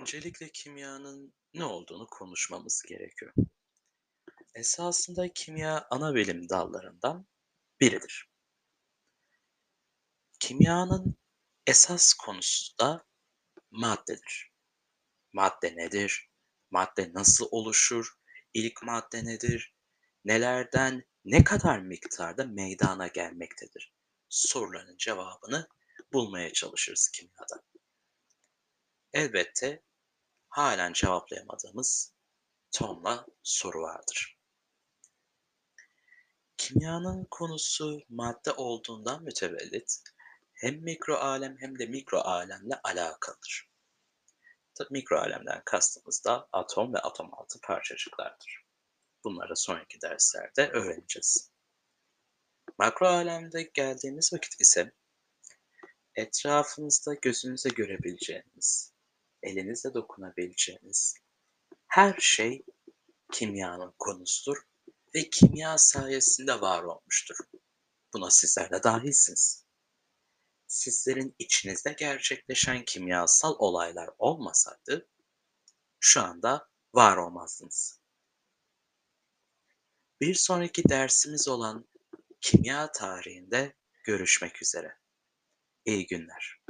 Öncelikle kimyanın ne olduğunu konuşmamız gerekiyor. Esasında kimya ana bilim dallarından biridir. Kimyanın esas konusu da maddedir. Madde nedir? Madde nasıl oluşur? İlk madde nedir? Nelerden ne kadar miktarda meydana gelmektedir? Soruların cevabını bulmaya çalışırız kimyada. Elbette halen cevaplayamadığımız tonla soru vardır. Kimyanın konusu madde olduğundan mütevellit hem mikro alem hem de mikro alemle alakalıdır. Tabii mikro alemden kastımız da atom ve atom altı parçacıklardır. Bunları sonraki derslerde öğreneceğiz. Makro alemde geldiğimiz vakit ise etrafınızda gözünüze görebileceğiniz, elinizle dokunabileceğiniz her şey kimyanın konusudur ve kimya sayesinde var olmuştur. Buna sizler de dahilsiniz. Sizlerin içinizde gerçekleşen kimyasal olaylar olmasaydı şu anda var olmazdınız. Bir sonraki dersimiz olan kimya tarihinde görüşmek üzere. İyi günler.